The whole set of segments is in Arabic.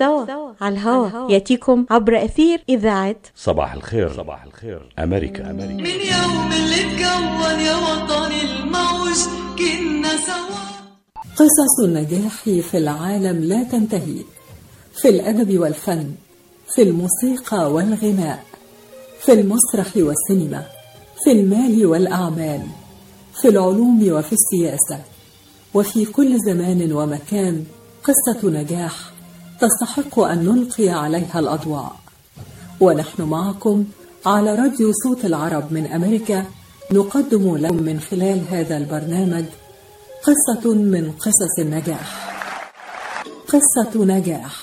سوا على الهوا ياتيكم عبر أثير إذاعة صباح الخير. صباح الخير أمريكا. من يوم اللي اتكون يا وطني الموج كنا سوا. قصص النجاح في العالم لا تنتهي، في الأدب والفن، في الموسيقى والغناء، في المسرح والسينما، في المال والأعمال، في العلوم وفي السياسة، وفي كل زمان ومكان قصة نجاح تستحق أن نلقي عليها الأضواء. ونحن معكم على راديو صوت العرب من أمريكا نقدم لكم من خلال هذا البرنامج قصة من قصص النجاح. قصة نجاح.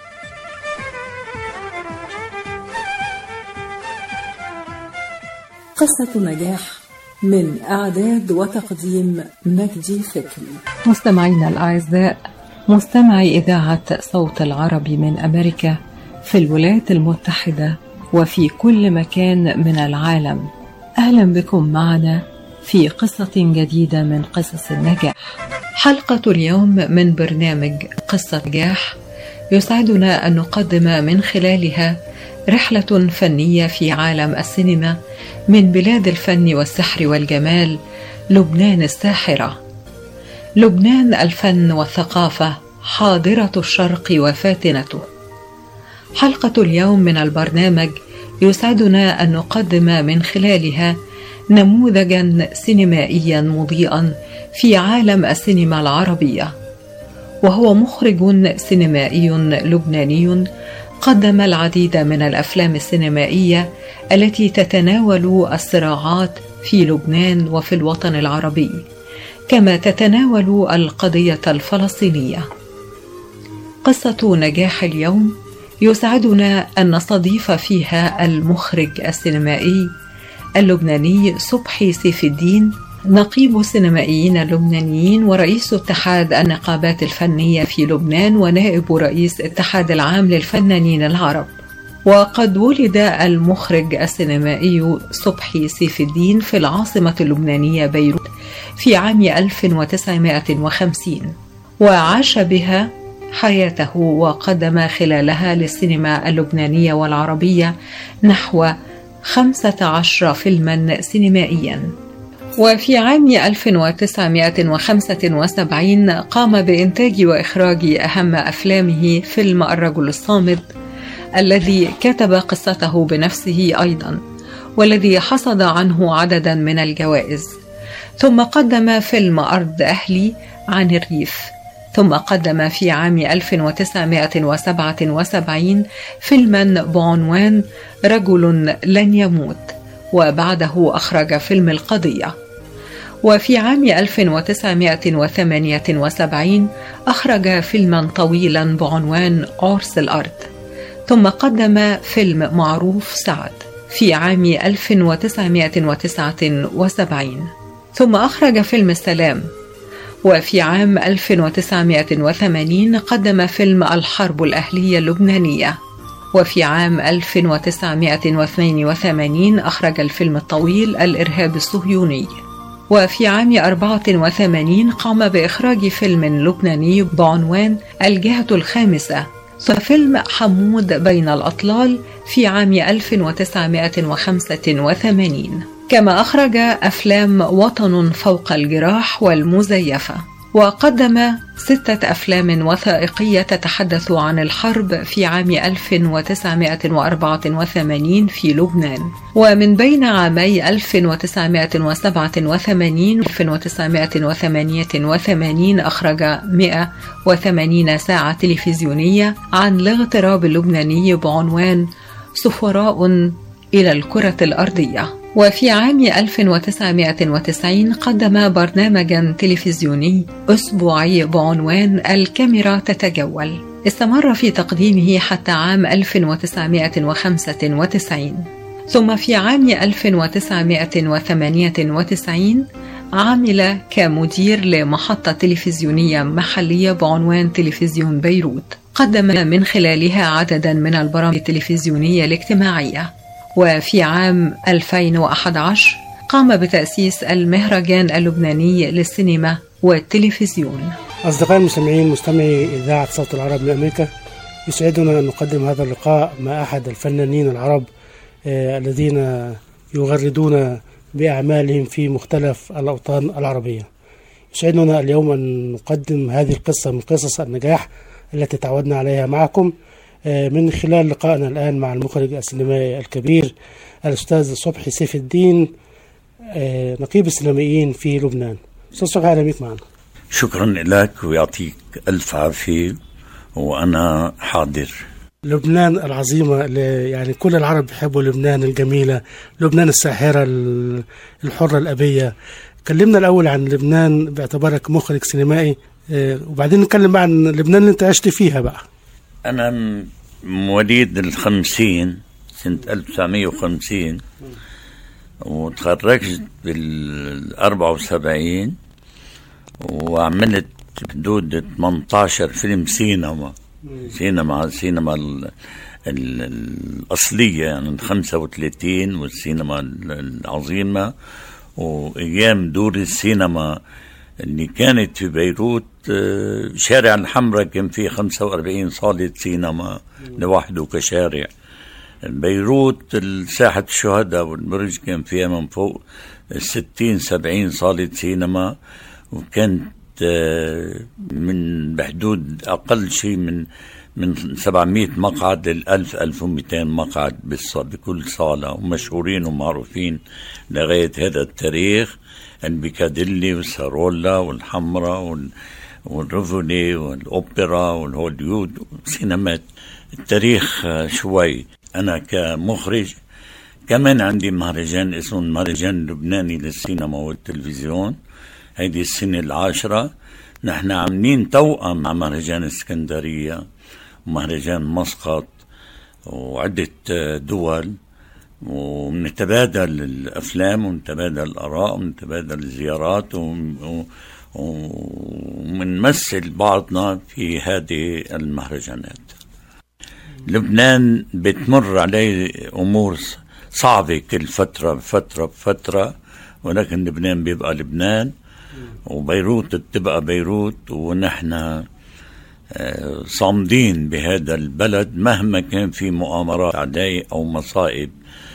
قصة نجاح من إعداد وتقديم مجدي فكري. مستمعينا الأعزاء، مستمعي إذاعة صوت العرب من أمريكا في الولايات المتحدة وفي كل مكان من العالم، أهلا بكم معنا في قصة جديدة من قصص النجاح. حلقة اليوم من برنامج قصة نجاح يسعدنا أن نقدم من خلالها رحلة فنية في عالم السينما من بلاد الفن والسحر والجمال، لبنان الساحرة. لبنان الفن والثقافة، حاضرة الشرق وفاتنته. حلقة اليوم من البرنامج يسعدنا أن نقدم من خلالها نموذجا سينمائيا مضيئا في عالم السينما العربية، وهو مخرج سينمائي لبناني قدم العديد من الأفلام السينمائية التي تتناول الصراعات في لبنان وفي الوطن العربي، كما تتناول القضية الفلسطينية. قصة نجاح اليوم يسعدنا أن نستضيف فيها المخرج السينمائي اللبناني صبحي سيف الدين، نقيب السينمائيين اللبنانيين ورئيس اتحاد النقابات الفنية في لبنان ونائب رئيس الاتحاد العام للفنانين العرب. وقد ولد المخرج السينمائي صبحي سيف الدين في العاصمة اللبنانية بيروت في عام 1950، وعاش بها حياته وقدم خلالها للسينما اللبنانية والعربية نحو 15 فيلما سينمائيا. وفي عام 1975 قام بإنتاج وإخراج أهم أفلامه فيلم الرجل الصامد، الذي كتب قصته بنفسه أيضا، والذي حصد عنه عددا من الجوائز. ثم قدم فيلم أرض أهلي عن الريف، ثم قدم في عام 1977 فيلما بعنوان رجل لن يموت، وبعده أخرج فيلم القضية. وفي عام 1978 أخرج فيلما طويلا بعنوان عرس الأرض، ثم قدم فيلم معروف سعد في عام 1979، ثم أخرج فيلم السلام. وفي عام 1980 قدم فيلم الحرب الأهلية اللبنانية. وفي عام 1982 أخرج الفيلم الطويل الإرهاب الصهيوني. وفي عام 84 قام بإخراج فيلم لبناني بعنوان الجهة الخامسة، وفيلم حمود بين الأطلال في عام 1985. كما أخرج أفلام وطن فوق الجراح والمزيفة. وقدم 6 أفلام وثائقية تتحدث عن الحرب في عام 1984 في لبنان. ومن بين عامي 1987 و 1988 أخرج 180 ساعة تلفزيونية عن الاغتراب اللبناني بعنوان سفراء إلى الكرة الأرضية. وفي عام 1990 قدم برنامجا تلفزيوني أسبوعي بعنوان الكاميرا تتجول، استمر في تقديمه حتى عام 1995. ثم في عام 1998 عمل كمدير لمحطة تلفزيونية محلية بعنوان تلفزيون بيروت، قدم من خلالها عددا من البرامج التلفزيونية الاجتماعية. وفي عام 2011 قام بتأسيس المهرجان اللبناني للسينما والتلفزيون. أصدقائي المستمعين، مستمعي إذاعة صوت العرب من أمريكا، يسعدنا أن نقدم هذا اللقاء مع أحد الفنانين العرب الذين يغردون بأعمالهم في مختلف الأوطان العربية. يسعدنا اليوم أن نقدم هذه القصة من قصص النجاح التي تعودنا عليها معكم من خلال لقائنا الآن مع المخرج السينمائي الكبير الأستاذ صبحي سيف الدين، نقيب السينمائيين في لبنان. أستاذ صبحي، أهلا بك معنا. شكرا لك ويعطيك ألف عافية، وأنا حاضر. لبنان العظيمة يعني كل العرب يحبوا لبنان الجميلة، لبنان الساحرة الحرة الأبية. كلمنا الأول عن لبنان باعتبارك مخرج سينمائي، وبعدين نتكلم بقى عن لبنان اللي أنت عشت فيها بقى. أنا مواليد 50 سنة 1950 وتخرجت بال74 وعملت حدود 18 فيلم سينما الأصلية، يعني 35 والسينما العظيمة، وأيام دور السينما اللي كانت في بيروت. شارع الحمراء كان فيه 45 صالة سينما لوحده كشارع. بيروت ساحة الشهداء والبرج كان فيها من فوق 60-70 صالة سينما، وكانت من بحدود أقل شيء من 700 مقعد ل1200 مقعد بكل صالة، ومشهورين ومعروفين لغاية هذا التاريخ. البيكاديلي والسارولا والحمراء والريفولي والأوبرا والهوليود سينمات. التاريخ شوي. أنا كمخرج كمان عندي مهرجان اسمه المهرجان اللبناني للسينما والتلفزيون، هيدي السنة 10. نحن عاملين توأم مع مهرجان اسكندرية ومهرجان مسقط وعدة دول، ونتبادل الأفلام ونتبادل الآراء ونتبادل الزيارات ومنمثل بعضنا في هذه المهرجانات. لبنان بتمر عليه أمور صعبة كل فترة، ولكن لبنان بيبقى لبنان، وبيروت بتبقى بيروت، ونحن صامدين بهذا البلد مهما كان في مؤامرات عداء أو مصائب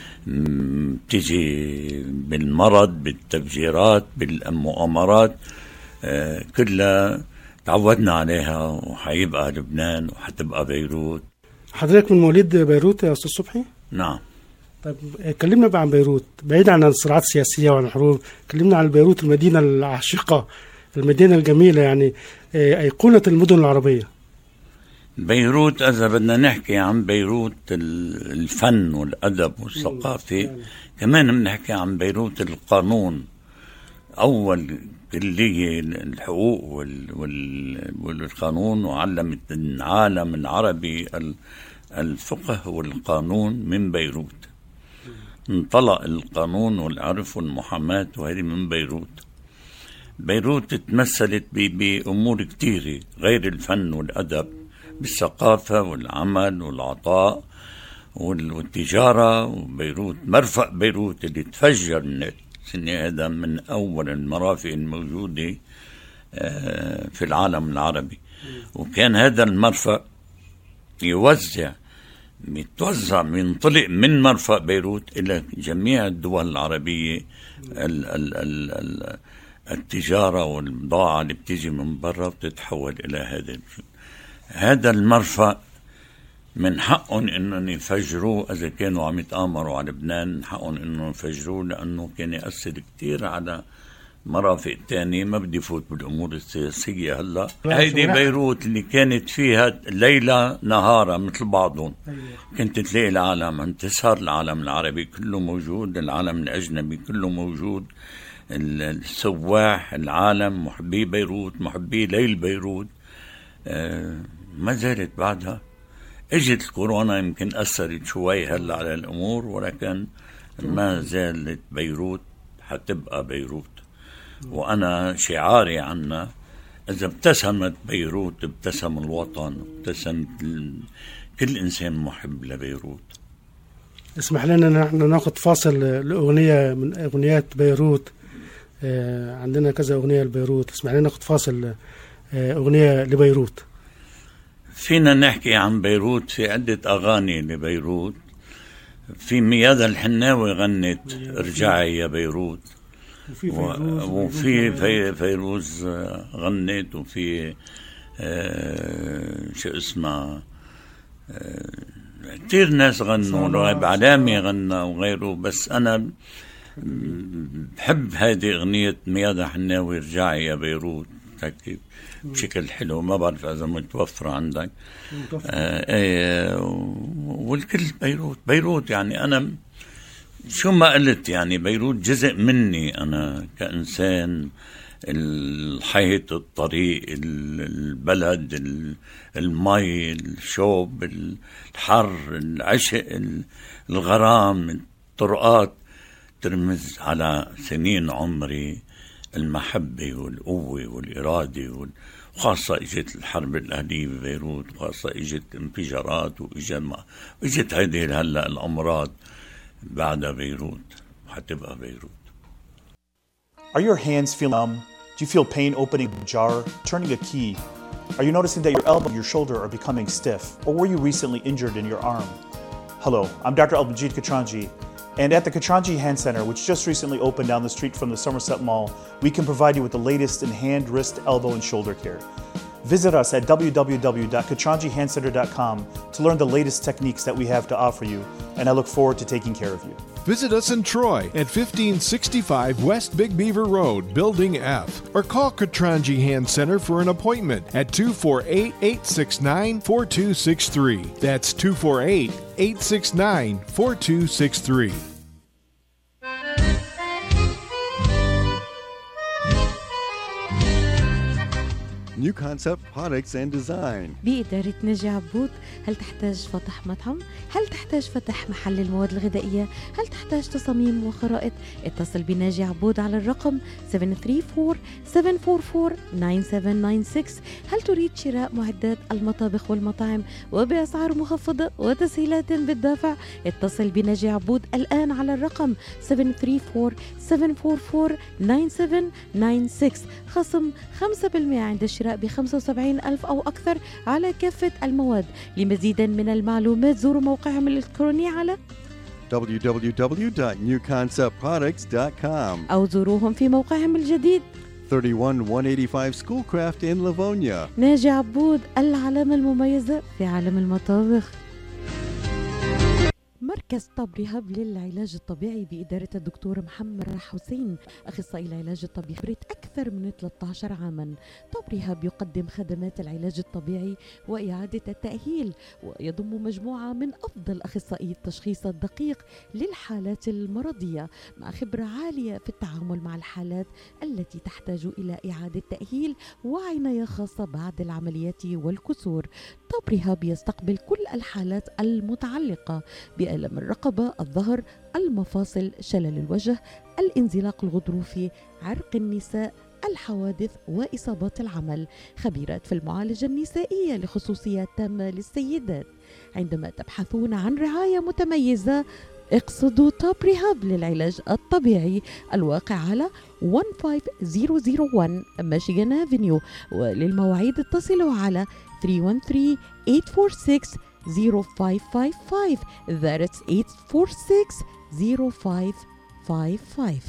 بتيجي بالمرض، بالتفجيرات، بالمؤامرات، كلها تعودنا عليها، وحيبقى لبنان وحتبقى بيروت. حضرتك من مواليد بيروت يا أستاذ صبحي؟ نعم. طيب كلمنا بقى عن بيروت، بعيد عن الصراعات السياسية وعن الحروب. كلمنا عن بيروت، المدينة العاشقة، المدينة الجميلة، يعني أيقونة المدن العربية. بيروت إذا بدنا نحكي عن بيروت الفن والأدب والثقافة، كمان بنحكي عن بيروت القانون. أول كلية الحقوق والقانون، وعلمت العالم العربي الفقه والقانون من بيروت. انطلق القانون والعرف والمحاماة وهذه من بيروت. بيروت تمثلت بأمور كتيرة غير الفن والأدب، بالثقافة والعمل والعطاء والتجارة. وبيروت مرفق بيروت اللي تفجر من السنة هذا من أول المرافق الموجودة في العالم العربي، وكان هذا المرفق يتوزع ينطلق من مرفق بيروت إلى جميع الدول العربية. التجارة والبضاعة اللي بتيجي من برا بتتحول إلى هذا المرفق. من حقهم إنهم يفجروه إذا كانوا عم يتآمروا على لبنان، من حقهم إنهم يفجروه، لأنه كان يأثر كتير على مرافق تانية. ما بدي فوت بالأمور السياسية هلا. هيدي بيروت اللي كانت فيها ليلة نهارا مثل بعضهم. كنت تلاقي العالم عم تسهر، العالم العربي كله موجود، العالم الأجنبي كله موجود، السواح، العالم، محبي بيروت، محبي ليل بيروت. ما زالت بعدها. اجت الكورونا يمكن أثرت شوي هلا على الأمور، ولكن ما زالت بيروت حتبقى بيروت. وأنا شعاري عنا إذا ابتسمت بيروت ابتسم الوطن، ابتسم كل إنسان محب لبيروت. اسمح لنا نحن ناخد فاصل لأغنية من أغنيات بيروت. عندنا كذا أغنية لبيروت، اسمح لنا ناخد فاصل أغنية لبيروت. فينا نحكي عن بيروت في عدة أغاني لبيروت. في ميادة الحناوي غنت ارجعي يا بيروت، وفي فيروز غنت، وفي شو اسمه كتير ناس غنوا، رغب علامي غنى وغيره. بس أنا بحب هذه أغنية ميادة حناوي ارجعي يا بيروت بشكل حلو. ما بعرف إذا متوفرة عندك. والكل بيروت يعني أنا شو ما قلت، يعني بيروت جزء مني أنا كإنسان. الحيط، الطريق، البلد، المي، الشوب، الحر، العشق، الغرام، الطرقات ترمز على سنين عمري، المحبة والقوة والإرادة وخاصة إجت الحرب الأهلية ببيروت، وخاصة إجت انفجارات، وإجت هذه هلأ الأمراض بعد بيروت وحتبقى بيروت. Are your hands feeling numb? Do you feel pain opening a jar, turning a key? Are you noticing that your elbow and your shoulder are becoming stiff? Or were you recently injured in your arm? Hello, I'm Dr. Albanjit Katranji, and at the Katranji Hand Center, which just recently opened down the street from the Somerset Mall, we can provide you with the latest in hand, wrist, elbow, and shoulder care. Visit us at www.katranjihandcenter.com to learn the latest techniques that we have to offer you, and I look forward to taking care of you. Visit us in Troy at 1565 West Big Beaver Road, Building F, or call Katranji Hand Center for an appointment at 248-869-4263. That's 248-869-4263. New Concept Products and Design. بإدارة ناجي عبود. هل تحتاج فتح مطعم؟ هل تحتاج فتح محل المواد الغذائية؟ هل تحتاج تصاميم وخرائط؟ اتصل بناجي عبود على الرقم 734-744-9796. هل تريد شراء معدات المطابخ والمطاعم وبأسعار مخفضة وتسهيلات بالدافع؟ اتصل بناجي عبود الآن على الرقم 734-744-9796. خصم 5% عند الشراء ب75,000 أو أكثر على كافة المواد. لمزيد من المعلومات زوروا موقعهم الإلكتروني على www.newconceptproducts.com أو زوروهم في موقعهم الجديد 31185 Schoolcraft in Livonia. ناجي عبود، العلامة المميزة في عالم المطابخ. مركز طب ريهاب للعلاج الطبيعي بإدارة الدكتور محمد حسين، أخصائي العلاج الطبيعي خبرة أكثر من 13 عاما. طب ريهاب يقدم خدمات العلاج الطبيعي وإعادة التأهيل، ويضم مجموعة من أفضل أخصائي التشخيص الدقيق للحالات المرضية، مع خبرة عالية في التعامل مع الحالات التي تحتاج إلى إعادة تأهيل وعناية خاصة بعد العمليات والكسور. طب ريهاب يستقبل كل الحالات المتعلقة بألم الرقبة، الظهر، المفاصل، شلل الوجه، الانزلاق الغضروفي، عرق النساء، الحوادث وإصابات العمل. خبيرات في المعالجة النسائية لخصوصيات تامة للسيدات. عندما تبحثون عن رعاية متميزة اقصدوا توب ريهاب للعلاج الطبيعي، الواقع على 15001 ميشيغان افنيو. وللمواعيد اتصلوا على 313-846-0555. That's 846-0555.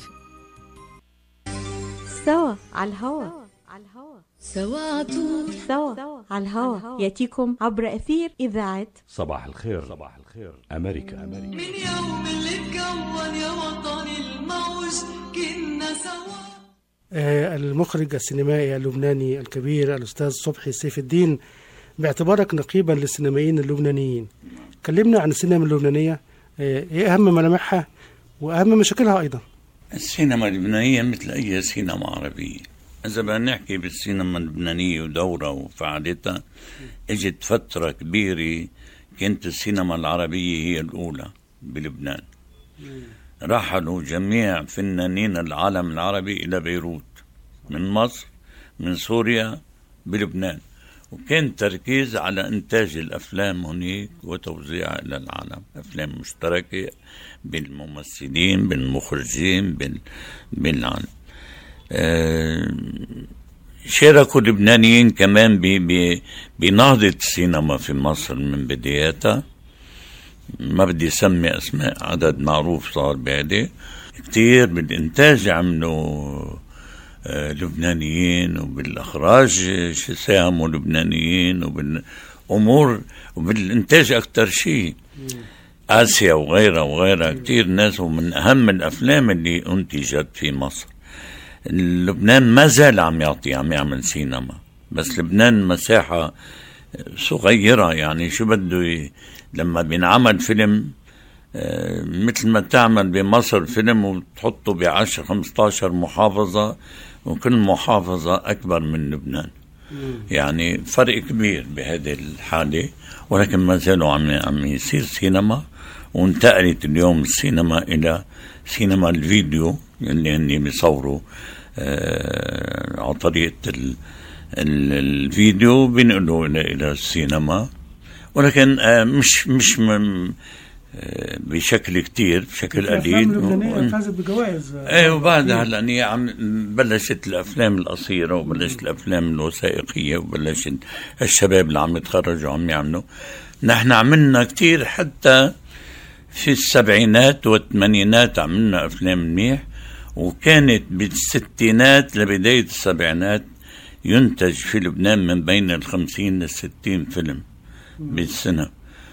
سوا على الهوا. سوا عطول سوا على الهوا يأتيكم عبر أثير إذاعة صباح الخير. أمريكا. من يوم اللي اتكون يا وطني الموج كنا سوا. المخرج السينمائي اللبناني الكبير الأستاذ صبحي سيف الدين، باعتبارك نقيبا للسينمائيين اللبنانيين، كلمنا عن السينما اللبنانية. ايه أهم ملامحها وأهم مشاكلها أيضا؟ السينما اللبنانية مثل أي سينما عربية. إذا بدنا نحكي بالسينما اللبنانية ودورها وفعاليتها، اجت فترة كبيرة كانت السينما العربية هي الأولى بلبنان. رحلوا جميع فنانين العالم العربي إلى بيروت من مصر، من سوريا، بلبنان، وكان تركيز على إنتاج الأفلام هناك وتوزيعها إلى العالم. أفلام مشتركة بالممثلين، بالمخرجين، بالعالم. شاركوا لبنانيين كمان بنهضة السينما في مصر من بداياتها. ما بدي أسمي أسماء، عدد معروف صار بعدي كتير. بالإنتاج عملوا لبنانيين، وبالإخراج ساهموا لبنانيين، وبالأمور وبالإنتاج أكتر شيء آسيا وغيرها كتير ناس. ومن أهم الأفلام اللي أنتجت في مصر. لبنان ما زال عم يعمل سينما، بس لبنان مساحة صغيرة. يعني شو بده لما بينعمل فيلم مثل ما تعمل بمصر فيلم وتحطه ب10 15 محافظة، وكل محافظة أكبر من لبنان. يعني فرق كبير بهذه الحالة، ولكن ما زالوا عم يصير سينما. وانتقلت اليوم السينما إلى سينما الفيديو اللي هني بيصوروا على طريقة الفيديو بينقلوا إلى السينما، ولكن مش بشكل كتير، بشكل قليل. الأفلام اللبنانية فازت بجوائز. وبعدها هلا عم بلشت الأفلام القصيرة، وبلشت الأفلام الوثائقية، وبلشت الشباب اللي عم يتخرجوا عم يعملوا. نحن عملنا كتير، حتى في السبعينات والثمانينات عملنا أفلام منيح. وكانت بالستينات لبداية السبعينات ينتج في لبنان من بين 50 ل60 فيلم بالسنة.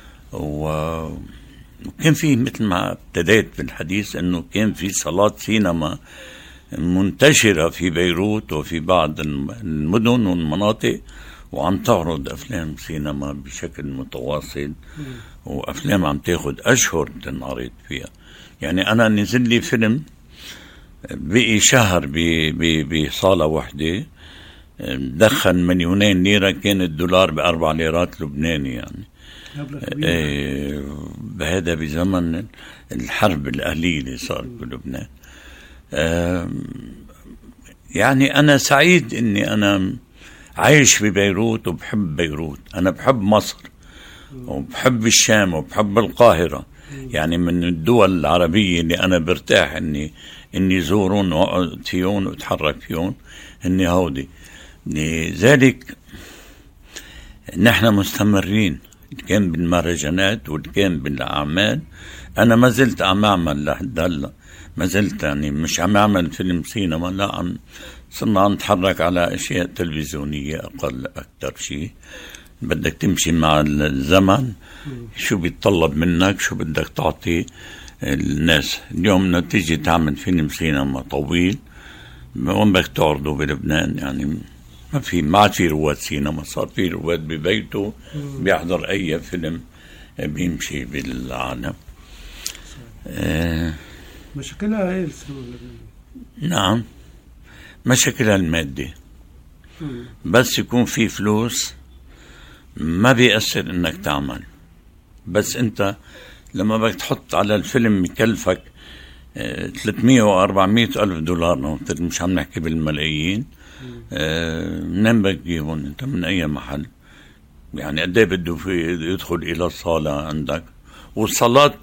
وكان في مثل ما ابتديت بالحديث انه كان في صالات سينما منتشرة في بيروت وفي بعض المدن والمناطق، وعم تعرض افلام سينما بشكل متواصل، وافلام عم تاخد اشهر تنعرض فيها. يعني انا نزل لي فيلم بقي شهر بصالة واحدة، دخل 2,000,000 ليرة، كان الدولار ب4 ليرات لبناني. يعني بهذا بزمن الحرب الأهلية اللي صارت بلبنان. يعني أنا سعيد إني أنا عايش في بيروت وبحب بيروت. أنا بحب مصر وبحب الشام وبحب القاهرة. يعني من الدول العربية اللي أنا برتاح إني زورون وأقعد فيهم وأتحرك فيهم إني هودي. لذلك نحن مستمرين، كان بالمهرجانات والكان بالأعمال. أنا ما زلت عم أعمل لحد هلا، ما زلت يعني مش عم أعمل فيلم سينما، لا، صرنا عم نتحرك على أشياء تلفزيونية أكتر شيء. بدك تمشي مع الزمن، شو بيتطلب منك، شو بدك تعطي الناس. اليوم نتيجة تعمل فيلم سينما طويل، وين بدك تعرضه بلبنان؟ يعني ما عاد في رواد سينما، صار في رواد ببيته بيحضر أي فيلم بيمشي بالعالم. مشاكلها ايه السينما اللبنانية؟ نعم، مشاكلها المادة. بس يكون في فلوس ما بيأثر انك تعمل. بس انت لما بدك تحط على الفيلم يكلفك 300 و400 ألف دولار، مش عم نحكي بالملايين، منين بدك تجيبهم انت؟ من اي محل؟ يعني قد ايه بده يدخل الى الصالة عندك؟ والصالات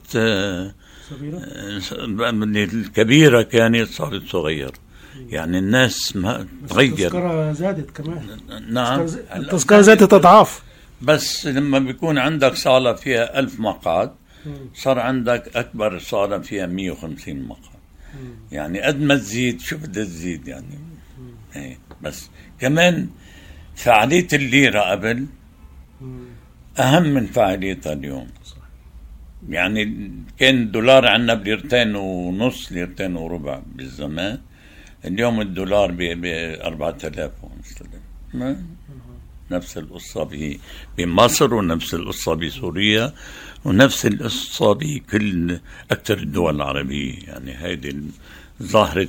الكبيرة كانت صارت صغيرة. يعني الناس ما تغير، التذكرة زادت كمان. نعم، التذكرة زادت أضعاف. بس لما بيكون عندك صالة فيها 1000 مقعد، صار عندك أكبر صالة فيها 150 مقعد. يعني قد ما تزيد شو بدها تزيد يعني. بس كمان فعالية الليرة قبل أهم من فعاليتها اليوم. يعني كان الدولار عندنا ب2.5 ليرتين وربع بالزمان، اليوم الدولار ب4,000 ونص. نفس القصة بمصر، ونفس القصة بسوريا، ونفس القصة بكل أكثر الدول العربية. يعني هيدي ظاهرة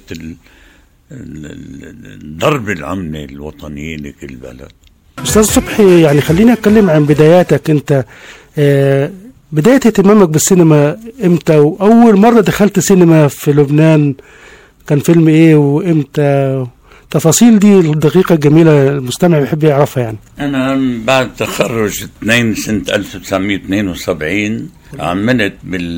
ضرب العملة الوطنية لكل بلد. أستاذ صبحي، يعني خليني أتكلم عن بداياتك أنت. بداية اهتمامك بالسينما إمتى؟ وأول مرة دخلت سينما في لبنان كان فيلم إيه وإمتى؟ تفاصيل دي الدقيقة الجميلة المستمع بيحب يعرفها. يعني أنا بعد تخرج سنة 1972 عملت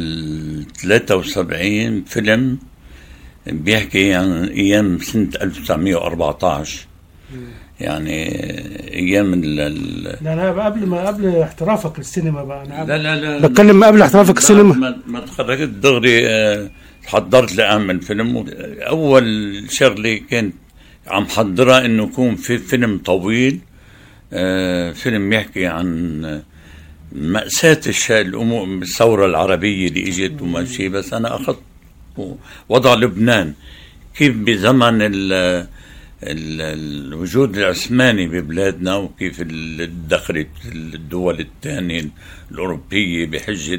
بال73 فيلم بيحكي عن أيام سنة 1914 يعني ايام لا قبل احترافك السينما بقى. انا لا بتكلم قبل احترافك السينما. ما تخرجت دغري حضرت لأعمل فيلم. اول شغله كنت عم حضرها انه يكون في فيلم طويل، فيلم يحكي عن مأساة الثورة العربية اللي اجت وما شيء. بس انا اخذت وضع لبنان كيف بزمن الوجود العثماني ببلادنا، وكيف دخلت الدول الثانية الأوروبية بحجة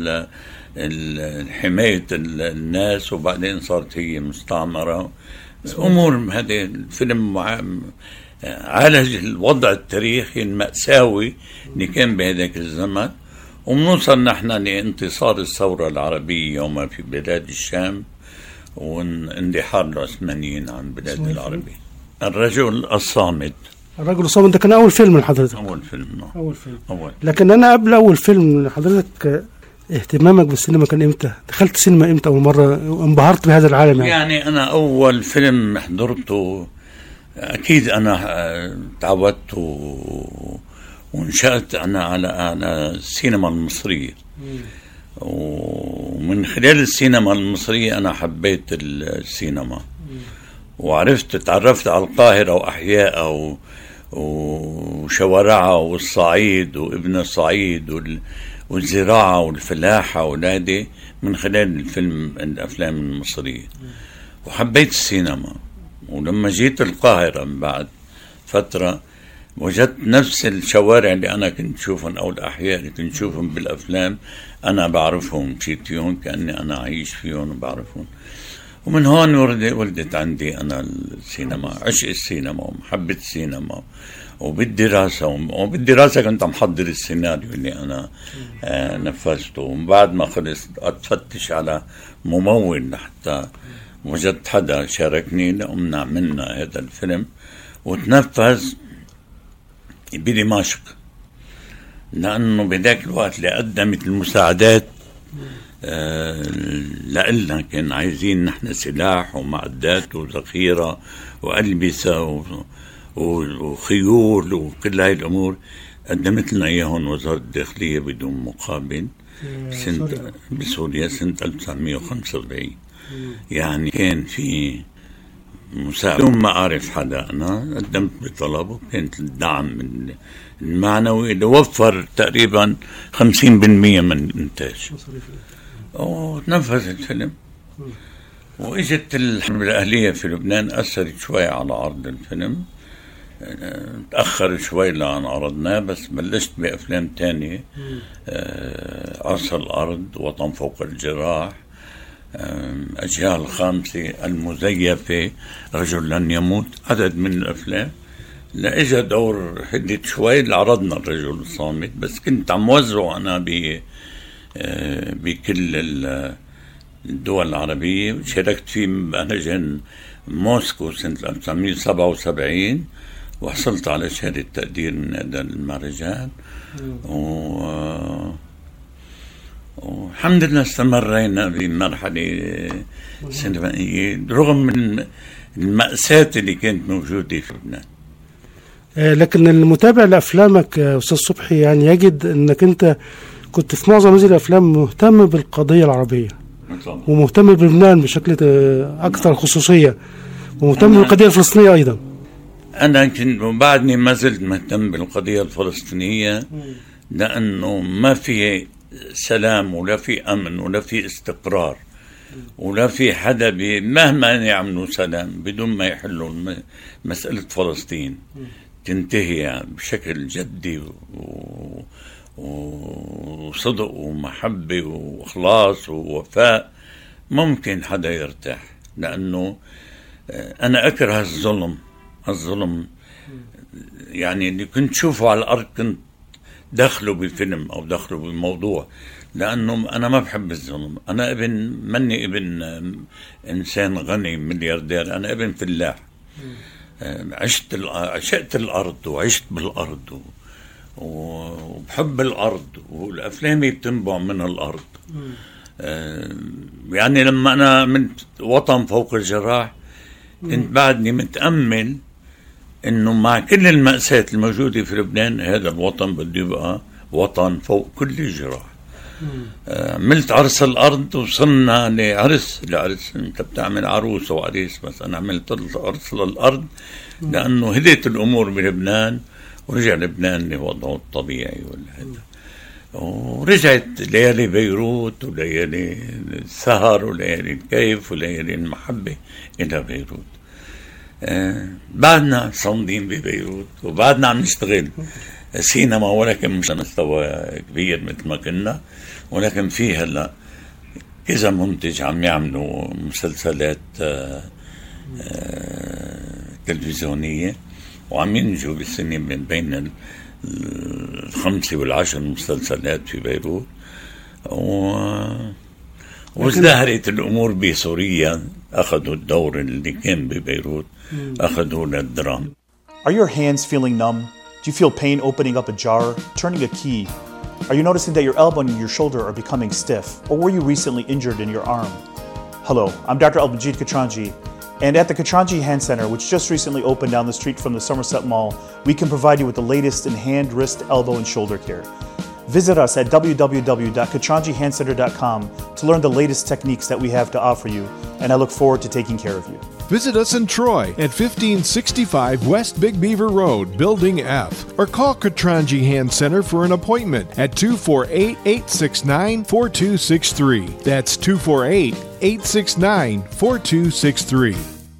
حماية الناس، وبعدين صارت هي مستعمرة. أمور هذه الفيلم عالج الوضع التاريخي المأساوي اللي كان بهذاك الزمن، ومنوصل نحن لانتصار الثورة العربية يوم في بلاد الشام واندحار العثمانيين عن بلاد العربية. الرجل الصامت. الرجل الصامت ده كان أول فيلم لحضرتك؟ أول فيلم. لكن أنا قبل أول فيلم لحضرتك اهتمامك بالسينما كان إمتى؟ دخلت السينما إمتى أول مرة انبهرت بهذا العالم يعني أنا أول فيلم حضرته أكيد أنا تعودت ونشأت أنا على السينما المصرية، ومن خلال السينما المصرية أنا حبيت السينما، تعرفت على القاهرة وأحيائها وشوارعها والصعيد وابن الصعيد والزراعة والفلاحة والهادي من خلال الأفلام المصرية، وحبيت السينما. ولما جيت القاهرة من بعد فترة وجدت نفس الشوارع اللي أنا كنت شوفهم أو الأحياء اللي كنت شوفهم بالأفلام أنا بعرفهم، مشيت فيهم كأني أنا عايش فيهم وبعرفهم. ومن هون ولدت عندي أنا السينما، عشق السينما ومحبة السينما. وبالدراسة كنت محضر السيناريو اللي أنا نفذته. ومن بعد ما خلص أتفتش على ممول لحتى وجدت حدا شاركني لأمنا عملنا هذا الفيلم وتنفذ بدمشق، لأنه بذاك الوقت اللي قدمت المساعدات لإلنا كان عايزين نحن سلاح ومعدات وذخيرة وألبسة وخيول وكل هاي الأمور، قدمت لنا إياهم وزارة الداخلية بدون مقابل بسوريا سنة 1945. يعني كان في مساعدة بدون ما أعرف حدا. أنا قدمت بطلب وكانت الدعم المعنوي اللي وفر تقريبا 50% من الإنتاج، وتنفذ الفيلم. وإجت الحرب الأهلية في لبنان أثرت شوي على عرض الفيلم، تأخر شوي لأن عرضناه، بس بلشت بأفلام تانية، عصر الأرض، وطن فوق الجراح، أجيال خامسة، المزيفة، رجل لن يموت، عدد من الأفلام. لإجا دور هديت شوي لعرضنا الرجل الصامت، بس كنت عم وزعه أنا بكل الدول العربية. شاركت فيه بمهرجان موسكو سنة 1977 وحصلت على شهادة تقدير من هذا المهرجان. والحمد لله استمرينا بمرحلة سينمائية رغم من المأساة اللي كانت موجودة في لبنان. لكن المتابع لأفلامك أستاذ صبحي يعني يجد أنك أنت كنت في معظم هذه الأفلام مهتم بالقضية العربية ومهتم بلبنان بشكل أكثر خصوصية، ومهتم بالقضية الفلسطينية أيضا. أنا كنت وبعدني ما زلت مهتم بالقضية الفلسطينية، لأنه ما في سلام ولا في أمن ولا في استقرار ولا في حدا مهما يعملوا سلام بدون ما يحلوا مسألة فلسطين تنتهي بشكل جدي وصدق ومحبة وإخلاص ووفاء، ممكن حدا يرتاح. لأنه أنا أكره الظلم يعني اللي كنت شوفه على الأرض كنت دخله بفيلم أو دخله بموضوع، لأنه أنا ما بحب الظلم. أنا مني ابن إنسان غني ملياردير، أنا ابن فلاح. عشقت الأرض وعشت بالأرض وبحب الأرض، والأفلامي بتنبع من الأرض. يعني لما أنا من وطن فوق الجراح كنت بعدني متأمل إنه مع كل المأساة الموجودة في لبنان هذا الوطن بده يبقى وطن فوق كل جراح. عملت عرس الأرض، وصلنا لعرس أنت بتعمل عروس وعريس، بس أنا عملت عرس للأرض لأنه هديت الأمور بلبنان ورجع لبنان لوضعه الطبيعي والهذا. ورجعت ليالي بيروت وليالي السهر وليالي الكيف وليالي المحبة إلى بيروت. بعدنا صامدين ببيروت وبعدنا عم نشتغل سينما، ولكن مش مستوى كبير مثل ما كنا، ولكن في هلا كذا منتج عم يعملوا مسلسلات تلفزيونية، وعم ينجوا بالسنة من بين 5 و10 مسلسلات في بيروت. وازدهرت الأمور بسوريا، أخذوا الدور اللي كان ببيروت أخذوا للدراما. Are your hands feeling numb? Do you feel pain opening up a jar, turning a key? Are you noticing that your elbow and your shoulder are becoming stiff? Or were you recently injured in your arm? Hello, I'm Dr. Albajid Katranji, and at the Katranji Hand Center, which just recently opened down the street from the Somerset Mall, we can provide you with the latest in hand, wrist, elbow, and shoulder care. Visit us at www.katranjihandcenter.com to learn the latest techniques that we have to offer you, and I look forward to taking care of you. Visit us in Troy at 1565 West Big Beaver Road, Building F, or call Katranji Hand Center for an appointment at 248-869-4263. That's 248-869-4263.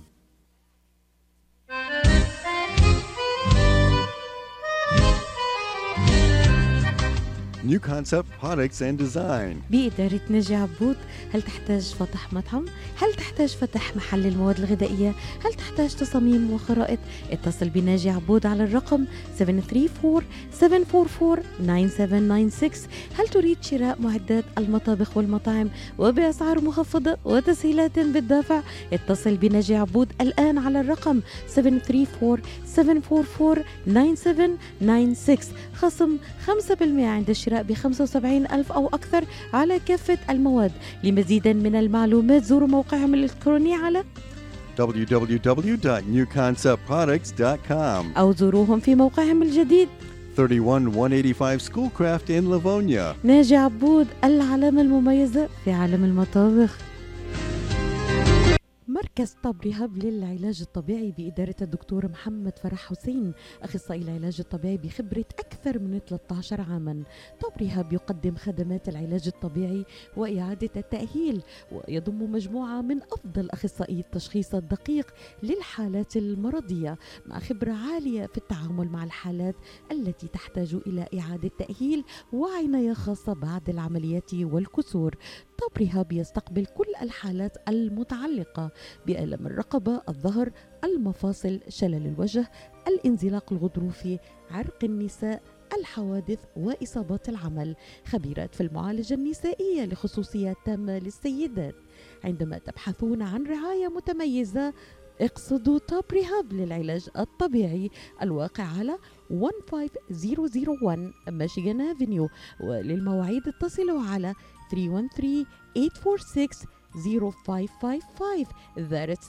New Concept Products and Design. بإدارة ناجي عبود. هل تحتاج فتح مطعم؟ هل تحتاج فتح محل للمواد الغذائية؟ هل تحتاج تصاميم وخرائط؟ اتصل بناجي عبود على الرقم 734-744-9796. هل تريد شراء معدات المطابخ والمطاعم وبأسعار مخفضة وتسهيلات بالدافع؟ اتصل بناجي عبود الآن على الرقم 734-744-9796. خصم 5% عند الشراء ب75,000 أو أكثر على كافة المواد. لمزيد من المعلومات زوروا موقعهم الإلكتروني على www.newconceptproducts.com أو زوروهم في موقعهم الجديد 31185 Schoolcraft in Livonia. ناجي عبود، العلامة المميزة في عالم المطابخ. مركز طب ريهاب للعلاج الطبيعي بإدارة الدكتور محمد فرح حسين، أخصائي العلاج الطبيعي بخبرة أكثر من 13 عاما. طب ريهاب يقدم خدمات العلاج الطبيعي وإعادة التأهيل، ويضم مجموعة من أفضل أخصائي التشخيص الدقيق للحالات المرضية، مع خبرة عالية في التعامل مع الحالات التي تحتاج إلى إعادة تأهيل وعناية خاصة بعد العمليات والكسور. طب ريهاب يستقبل كل الحالات المتعلقة بألم الرقبة، الظهر، المفاصل، شلل الوجه، الانزلاق الغضروفي، عرق النساء، الحوادث وإصابات العمل. خبيرات في المعالجة النسائية لخصوصيات تامة للسيدات. عندما تبحثون عن رعاية متميزة اقصدوا توب ريهاب للعلاج الطبيعي، الواقع على 15001 ميشيغان افنيو. وللمواعيد اتصلوا على 313-846-0555. That's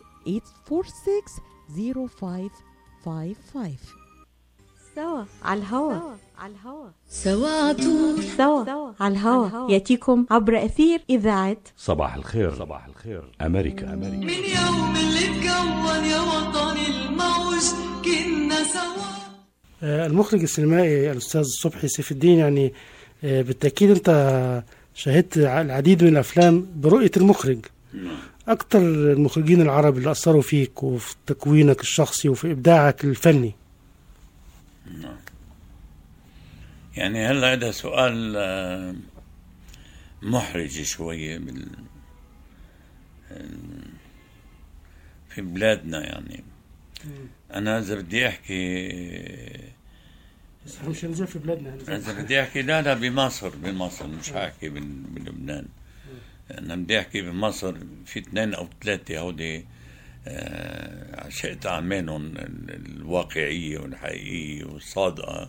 846-0555. سوا على الهوا، سوا عطول، سوا على الهوا، يأتيكم عبر أثير إذاعة صباح الخير أمريكا. من يوم اللي تكون يا وطني الموج كنا سوا. المخرج السينمائي الأستاذ صبحي سيف الدين، يعني بالتأكيد أنت شاهدت العديد من الأفلام برؤية المخرج. أكثر المخرجين العرب اللي أثروا فيك وفي تكوينك الشخصي وفي إبداعك الفني. يعني هلا هذا سؤال محرج شوية في بلادنا. يعني أنا إذا بدي أحكي مش هنزل في بلادنا، إذا بدي أحكي لا بمصر مش هحكي بلبنان. أنا بدي أحكي بمصر في 2 أو 3 هودي عشقت أعمالهم الواقعية والحقيقية والصادقة.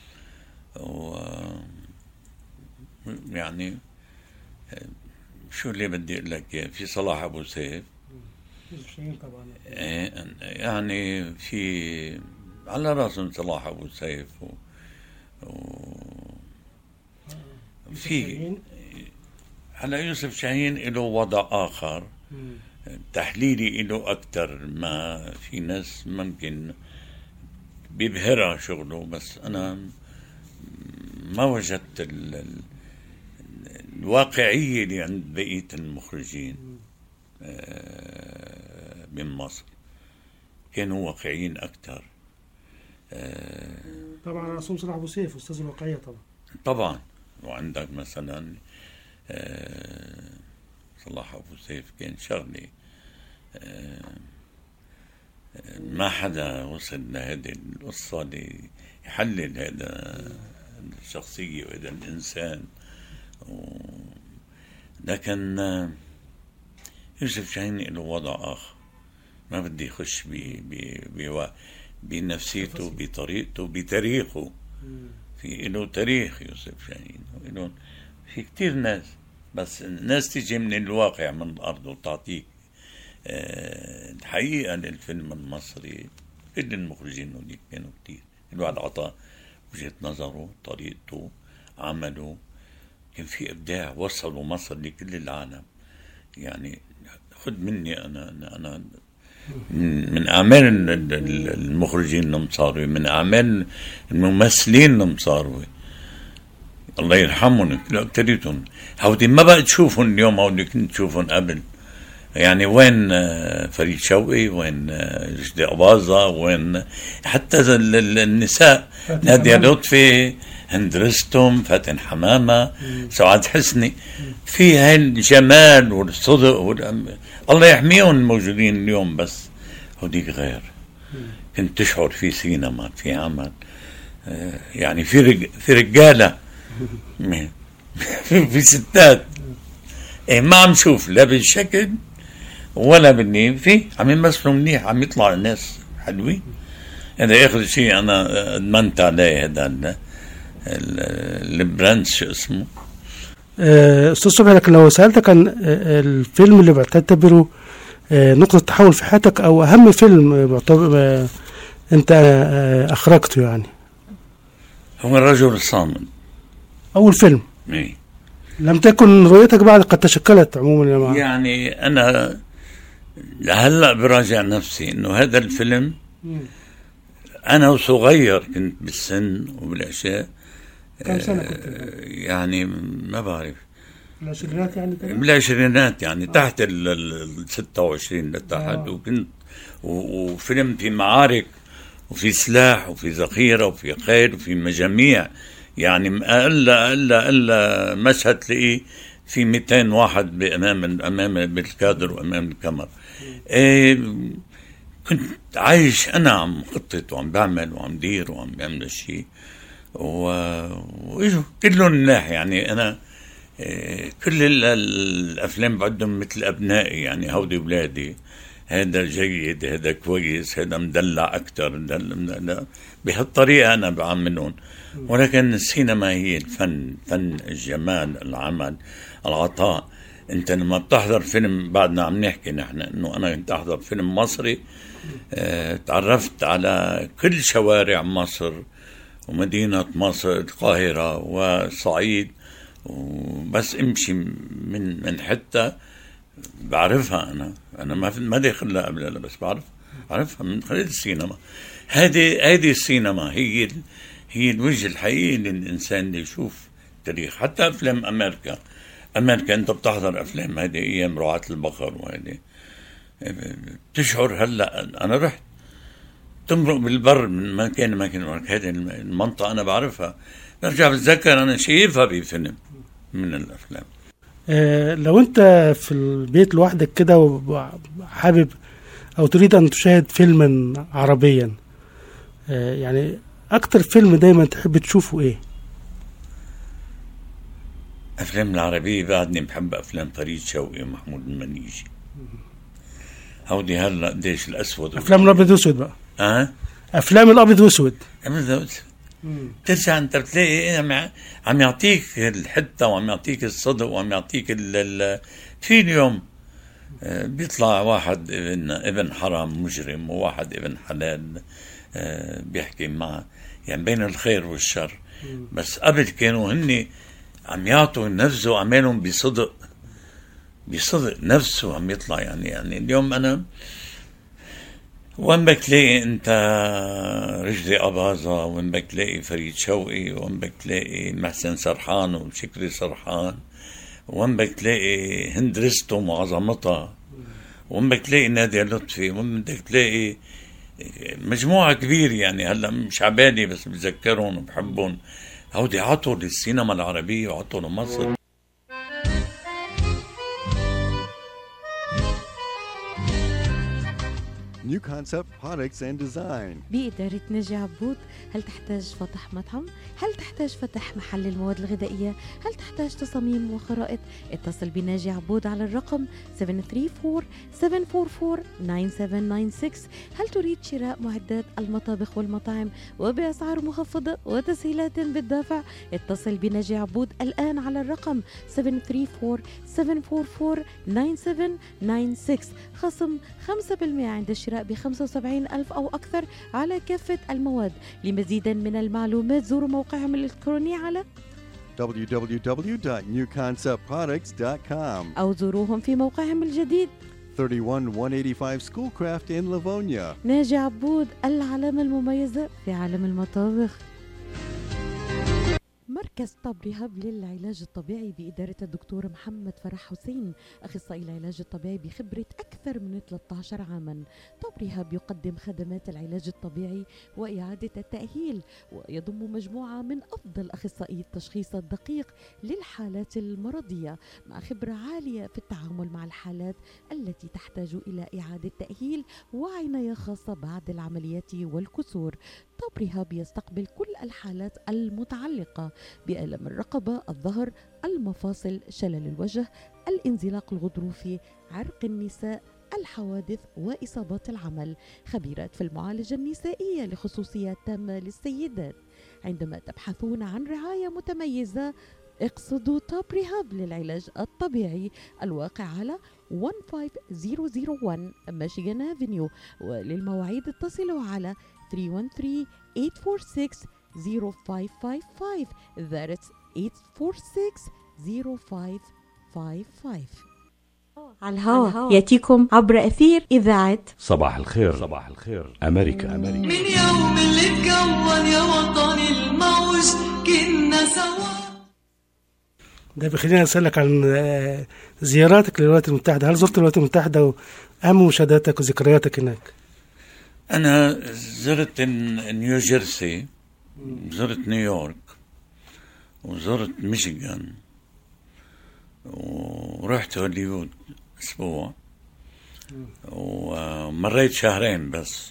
يعني شو اللي بدي أقول لك، في صلاح أبو سيف، يعني في على راسهم صلاح أبو سيف في على يوسف شاهين له وضع آخر تحليلي له أكتر. ما في ناس ممكن بيبهرها شغله، بس أنا ما وجدت الواقعية اللي عند بقية المخرجين من مصر. كانوا واقعيين أكتر. طبعا رسوم صلاح أبو سيف أستاذ الواقعية طبعا. وعندك مثلا صلاح أبو سيف كان شغلي ما حدا وصل لهذه القصة ليحلل هذا الشخصية وهذا الإنسان. لكن يوسف شاهين له وضع آخر، ما بدي يخش بنفسيته، بطريقته، بتاريخه. في له تاريخ يوسف شاهين، في كتير ناس، بس الناس تيجي من الواقع من الأرض وتعطيك الحقيقة للفيلم المصري. كل المخرجين هذول كانوا كتير، الواحد عطى وجهة نظره، طريقته، عمله. كان في إبداع، وصلوا مصر لكل العالم. يعني خد مني أنا من أعمال المخرجين المصاروي، من أعمال الممثلين المصاروي الله يرحمهم أكتريتهم. هودي ما بقى تشوفهم اليوم، هودي كنت تشوفهم قبل. يعني وين فريد شوقي، وين رشدي أباظة، وين حتى النساء، نادية لطفي، هند رستم، فاتن حمامة، سعاد حسني. في هاي الجمال والصدق الله يحميهم الموجودين اليوم. بس هوديك غير، كنت تشعر في سينما، في عمل. يعني في رجالة في ستات ما عم شوف لا بالشكل ولا بالنيم، في عم يمثلوا منيح، عم يطلع الناس حلوين. هذا آخر شيء أنا أدمنت عليه، هذا البراند شو اسمه. أستاذ صبحي، لكن لو سألتك عن الفيلم اللي بتعتبره نقطة تحول في حياتك، أو أهم فيلم أنت أخرجته، يعني هو الرجل الصامد، أول فيلم. لم تكن رؤيتك بعد قد تشكلت عموما؟ يعني أنا هلأ براجع نفسي إنه هذا الفيلم أنا وصغير كنت بالسن وبالأشياء. كم سنة كنت؟ يعني ما بعرف، بالعشرينات يعني كده؟ بالعشرينات يعني تحت 26 لتحت. وكنت وفيلم في معارك وفي سلاح وفي ذخيرة وفي خيل وفي مجاميع. يعني ألا مشهد تلاقيه في 200 واحد أمام بالكادر وأمام الكاميرا. كنت عايش أنا عم خطط وعم بعمل وعم دير وعم بعمل الشيء، وإجوا كلهم مناح. يعني أنا كل الأفلام بعدهم مثل أبنائي، يعني هودي أولادي، هذا جيد، هذا كويس، هذا مدلع أكتر، بهالطريقة أنا بعملهم. ولكن السينما هي الفن، فن الجمال، العمل، العطاء. انت لما بتحضر فيلم، بعدنا عم نحكي نحن انه انا كنت احضر فيلم مصري، تعرفت على كل شوارع مصر ومدينة مصر، القاهرة والصعيد، وبس امشي من حتة بعرفها. انا ما داخل لها قبل، بس بعرفها من خلال السينما. هذه السينما هي الوجه الحقيقي للإنسان اللي يشوف تاريخ. حتى أفلام أمريكا أنت بتحضر أفلام هذه أيام رعاة البقر، وهذه بتشعر. هلأ أنا رحت تمرق بالبر من مكان هذه المنطقة أنا بعرفها، برجع بتذكر أنا شايفها بفيلم من الأفلام. لو أنت في البيت لوحدك كده وحابب أو تريد أن تشاهد فيلما عربيا، يعني أكتر فيلم دايما تحب تشوفه إيه؟ أفلام العربية بعدني بحب أفلام فريد شوقي ومحمود المنيجي. هودي هلا قديش الأسود أفلام الأبيض والأسود بقى. أفلام الأبيض والأسود. ترجع أنت بتلاقي عم يعطيك الحتة، وعم يعطيك الصدق، وعم يعطيك في اليوم بيطلع واحد ابن حرام مجرم، وواحد ابن حلال بيحكي معه، يعني بين الخير والشر. بس قبل كانوا هن عم يعطوا ينفذوا أعمالهم بصدق نفسه عم يطلع. يعني اليوم أنا وين بدك تلاقي أنت رجلي أباظة، وين بدك تلاقي فريد شوقي، وين بدك تلاقي محسن سرحان وشكري سرحان، وين بدك تلاقي هند رستم وعظمتها، وين بدك تلاقي نادية لطفي، وين بدك تلاقي مجموعة كبيرة. يعني هلا مش عبالي بس بتذكرهم وبحبهم. هودي عطوا للسينما العربية وعطوا لمصر. New Concept Products and Design. بإدارة ناجي عبود. هل تحتاج فتح مطعم؟ هل تحتاج فتح محل للمواد الغذائية؟ هل تحتاج تصاميم وخرائط؟ اتصل بناجي عبود على الرقم 734-744-9796. هل تريد شراء معدات المطابخ والمطاعم وبأسعار مخفضة وتسهيلات بالدافع؟ اتصل بناجي عبود الآن على الرقم 734-744-9796. خصم 5% عند الشراء ب75,000 أو أكثر على كافة المواد. لمزيد من المعلومات زوروا موقعهم الإلكتروني على www.newconceptproducts.com أو زوروهم في موقعهم الجديد 31185 Schoolcraft in Livonia. ناجي عبود، العلامة المميزة في عالم المطابخ. مركز طب ريهاب للعلاج الطبيعي بإدارة الدكتور محمد فرح حسين، أخصائي العلاج الطبيعي بخبرة أكثر من 13 عاما. طب ريهاب يقدم خدمات العلاج الطبيعي وإعادة التأهيل، ويضم مجموعة من أفضل أخصائي التشخيص الدقيق للحالات المرضية، مع خبرة عالية في التعامل مع الحالات التي تحتاج إلى إعادة تأهيل وعناية خاصة بعد العمليات والكسور. طب ريهاب يستقبل كل الحالات المتعلقة بألم الرقبة، الظهر، المفاصل، شلل الوجه، الانزلاق الغضروفي، عرق النساء، الحوادث وإصابات العمل. خبيرات في المعالجة النسائية لخصوصيات تامة للسيدات. عندما تبحثون عن رعاية متميزة اقصدوا توب ريهاب للعلاج الطبيعي، الواقع على 15001 ميشيغان افنيو. وللمواعيد اتصلوا على 313-846-0555. That's 846-0555. على الهواء يأتيكم عبر أثير إذاعة صباح الخير أمريكا. من يوم اللي تكون يا وطني الموج كنا سوا. ده بيخليني أسألك عن زياراتك للولايات المتحدة. هل زرت الولايات المتحدة وأهم مشاهداتك وذكرياتك هناك؟ أنا زرت نيوجيرسي، زرت نيويورك، وزرت ميشيغان، ورحت هوليوود أسبوع، ومريت شهرين بس.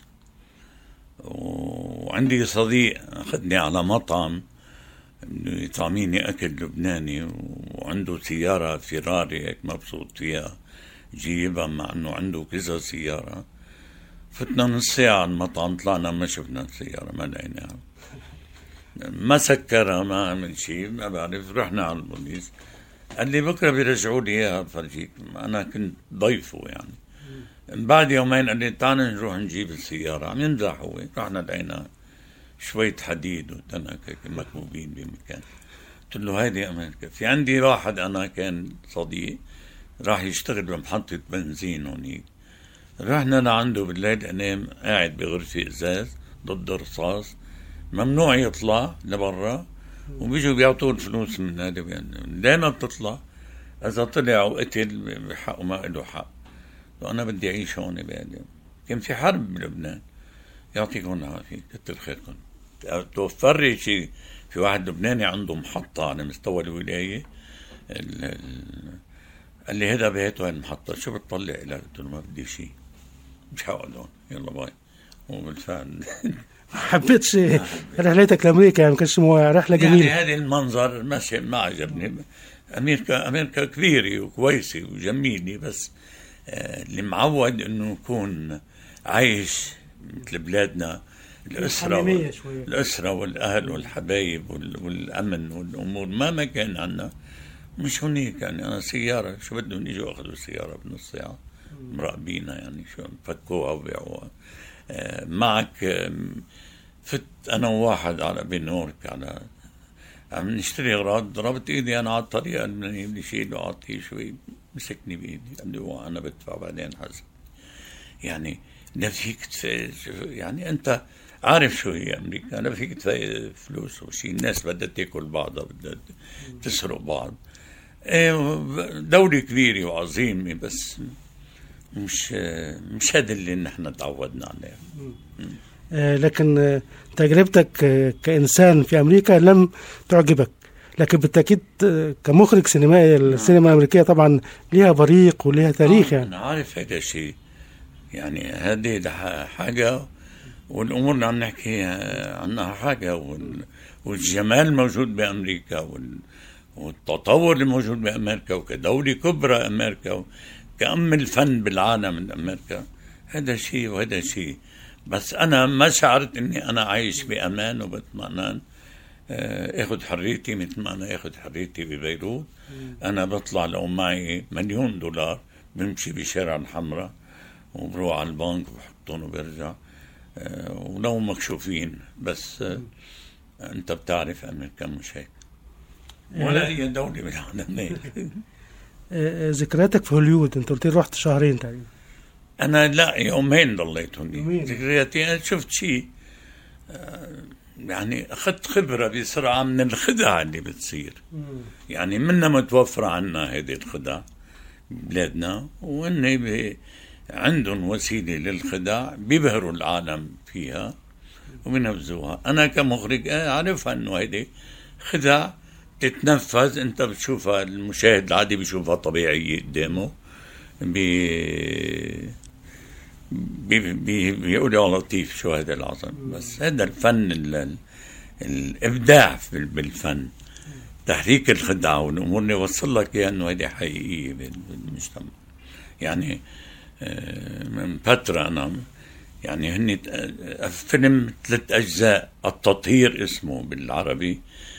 وعندي صديق أخذني على مطعم يطعميني أكل لبناني، وعنده سيارة فيراري هيك مبسوط فيها جيبها، مع أنه عنده كذا سيارة. فتنا نص ساعة على المطعم، طلعنا ما شفنا السيارة، ما لقيناها، ما سكرها، ما عمل شيء، ما بعرف. رحنا على البوليس، قال لي بكرة بيرجعوا لي إياها بفرجيك. أنا كنت ضيفه يعني. بعد يومين قال لي تعال نروح نجيب السيارة. عم يمزح هو. رحنا لقينا شوية حديد وتنك هيك مكبوبين بمكان. قلت له هيدي أمريكا. في عندي واحد أنا كان صديق راح يشتغل بمحطة بنزين هونيك. رحنا لعنده بالليل، أنام قاعد بغرفة إزاز ضد رصاص، ممنوع يطلع لبرا، وبيجوا بيعطوه الفلوس من هذا. ليه ما بتطلع؟ إذا طلع وقتل بحقه ما له حق. وأنا بدي أعيش هون بهذا. كان في حرب بلبنان. يعطيكم العافية، كتر خيركم. توفر لي شيء. في واحد لبناني عنده محطة على مستوى الولاية، قال لي هذا بيته هالمحطة، شو بتطلع إلى؟ قلت له ما بدي شيء، مش هقعد هون، يلا باي. وبالفعل حبيتش رحلتك لأمريكا؟ ما كانش رحلة جميلة يعني. هذا المنظر ماشي ما عجبني. أمريكا كبيرة وكويسة وجميلة، بس اللي معود إنه يكون عايش مثل بلادنا، الأسرة والأهل والحبايب والأمن والأمور ما كان عنا. مش هنيك يعني. أنا سيارة، شو بدهم يجوا أخذوا السيارة بنص ساعة، مراقبينا يعني، شو فكوها وبيعوها. معك فت أنا وواحد على بنيويورك على عم نشتري أغراض، ضربت إيدي أنا على الطريقة اللي شيله أعطيه شوي، مسكني بإيدي قال لي أنا بدفع بعدين حسب. يعني لا فيك يعني أنت عارف شو هي أمريكا، لا فيك تفايد فلوس وشي، الناس بدها تاكل بعضها، بدها تسرق بعض. دولة كبيرة وعظيمة بس مش هذا اللي نحن تعودنا عليه. لكن تجربتك كإنسان في أمريكا لم تعجبك، لكن بالتأكيد كمخرج سينمائي السينما الأمريكية طبعا لها بريق ولها تاريخ. يعني أنا عارف هذا الشيء، يعني هذه حاجة، والأمور اللي عم نحكي عنها حاجة، والجمال موجود بأمريكا، والتطور اللي موجود بأمريكا، وكدولة كبرى أمريكا، كأم الفن بالعالم من أمريكا، هذا شيء وهذا شيء. بس أنا ما شعرت إني أنا عايش بأمان وباطمئنان، اخذ حريتي مثل ما أنا اخذ حريتي ببيروت. أنا بطلع لو معي $1,000,000 بمشي بشارع الحمراء وبروح على البنك وبحطهم وبرجع، ولو مكشوفين. بس أنت بتعرف أمريكا مش هيك ولا أي دولة بالعالم هيك. ذكرياتك في هوليوود، أنت قلت لي رحت شهرين تقريبا. أنا لا، يومين ضليت هوني. ذكرياتي أنا شفت شيء، يعني أخذت خبرة بسرعة من الخدع اللي بتصير. يعني منا متوفرة عنا هذه الخدع بلادنا، وإن عندهم وسيلة للخدع بيبهروا العالم فيها وبينفذوها. أنا كمخرج أعرفها إنه هذه خدع تتنفذ، أنت بتشوفها، المشاهد العادي بيشوفها طبيعية قدامه، بيقولوا لطيف شو هذا العظم. بس هذا الفن، الإبداع بالفن، تحريك الخدعة والأمور اللي وصل لك إياها إنه هذه حقيقية بالمجتمع. يعني من فترة أنا يعني هني فيلم 3 أجزاء، التطهير اسمه بالعربي،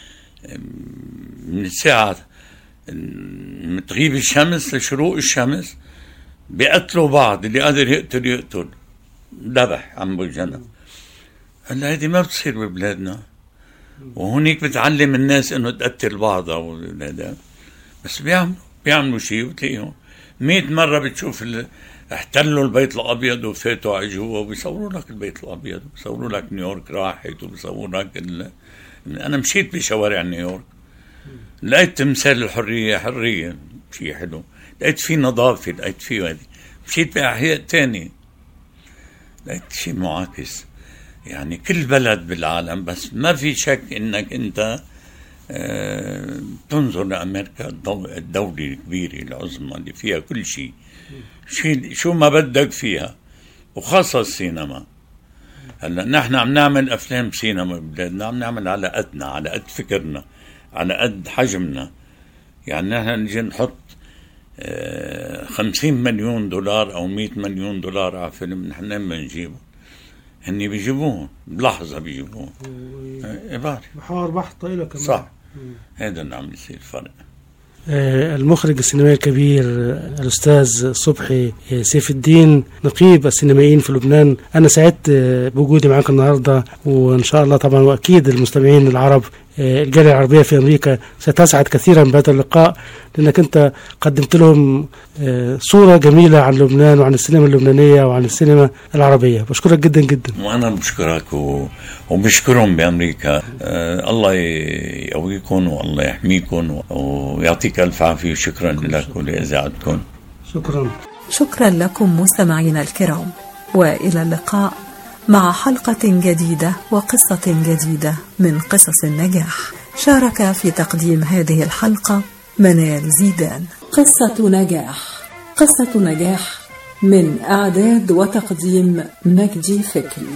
من الساعة تغيب الشمس لشروق الشمس بيقتلوا بعض، اللي قادر يقتل ذبح عم بجنب. هلا هذه ما بتصير ببلادنا، وهونيك بتعلم الناس انه تقتل بعضها وهذا. بس بيعملوا شيء وتلاقيهم 100 مرة بتشوف احتلوا البيت الابيض وفاتوا على جوا وبيصوروا لك البيت الابيض، وبيصوروا لك نيويورك راحت، وبيصوروا لك انا مشيت بشوارع نيويورك لقيت تمثال الحرية، حرية شيء حلو، لقيت فيه نظافة، لقيت فيه هذه. مشيت بأحياء تاني لقيت شيء معاكس. يعني كل بلد بالعالم، بس ما في شك انك انت تنظر لأمريكا، الدولة الكبيرة العظمى اللي فيها كل شيء، شو ما بدك فيها، وخاصة السينما. هلا نحن عم نعمل أفلام سينما ببلادنا، عم نعمل على قدنا، على قد فكرنا، على قد حجمنا. يعني نحن نجي نحط $50 مليون أو $100 مليون على فيلم، نحن ما نجيبه، هني بيجيبوه بلحظة، بيجيبوه بحار بحث طويلة كمان. صح، هذا اللي عم يصير فرق. المخرج السينمائي الكبير الأستاذ صبحي سيف الدين، نقيب السينمائيين في لبنان، أنا سعدت بوجودي معك النهاردة، وإن شاء الله طبعا وأكيد المستمعين العرب، الجالية العربية في أمريكا ستسعد كثيرا بهذا اللقاء، لأنك أنت قدمت لهم صورة جميلة عن لبنان وعن السينما اللبنانية وعن السينما العربية. بشكرك جدا جدا. وأنا بشكرك وبشكرهم بأمريكا. الله يقويكم والله يحميكم ويعطيك ألف عافية، وشكرا لك ولإذاعتكم. شكرا لكم مستمعينا الكرام، وإلى اللقاء مع حلقة جديدة وقصة جديدة من قصص النجاح. شارك في تقديم هذه الحلقة منال زيدان. قصة نجاح من إعداد وتقديم مجدي فكري.